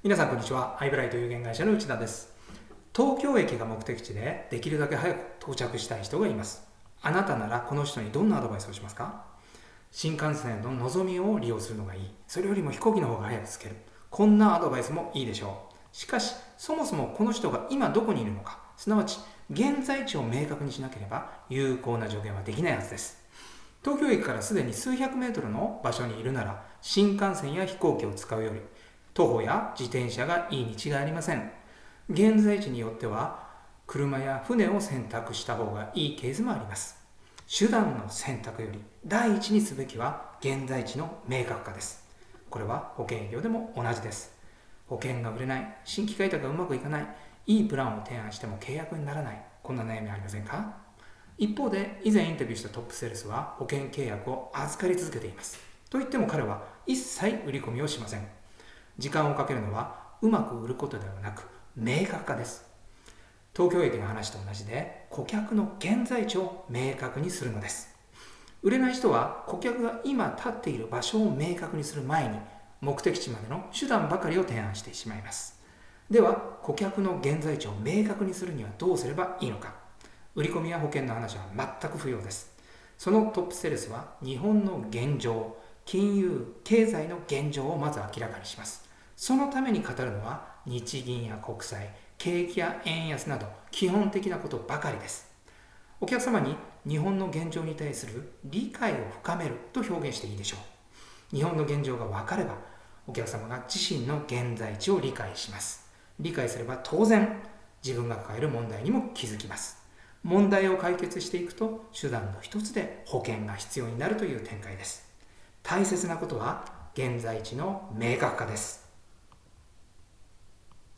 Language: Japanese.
皆さんこんにちは。アイブライト有限会社の内田です。東京駅が目的地でできるだけ早く到着したい人がいます。あなたならこの人にどんなアドバイスをしますか？新幹線ののぞみを利用するのがいい。それよりも飛行機の方が早く着ける。こんなアドバイスもいいでしょう。しかし、そもそもこの人が今どこにいるのか、すなわち現在地を明確にしなければ有効な助言はできないはずです。東京駅からすでに数百メートルの場所にいるなら、新幹線や飛行機を使うより徒歩や自転車がいいに違いありません。現在地によっては車や船を選択した方がいいケースもあります。手段の選択より第一にすべきは現在地の明確化です。これは保険営業でも同じです。保険が売れない、新規開拓がうまくいかない、いいプランを提案しても契約にならない、こんな悩みありませんか？一方で、以前インタビューしたトップセールスは保険契約を預かり続けています。といっても彼は一切売り込みをしません。時間をかけるのはうまく売ることではなく明確化です。東京駅の話と同じで、顧客の現在地を明確にするのです。売れない人は顧客が今立っている場所を明確にする前に目的地までの手段ばかりを提案してしまいます。では顧客の現在地を明確にするにはどうすればいいのか。売り込みや保険の話は全く不要です。そのトップセールスは日本の現状、金融、経済の現状をまず明らかにします。そのために語るのは日銀や国債、景気や円安など基本的なことばかりです。お客様に日本の現状に対する理解を深めると表現していいでしょう。日本の現状が分かればお客様が自身の現在地を理解します。理解すれば当然自分が抱える問題にも気づきます。問題を解決していくと手段の一つで保険が必要になるという展開です。大切なことは現在地の明確化です。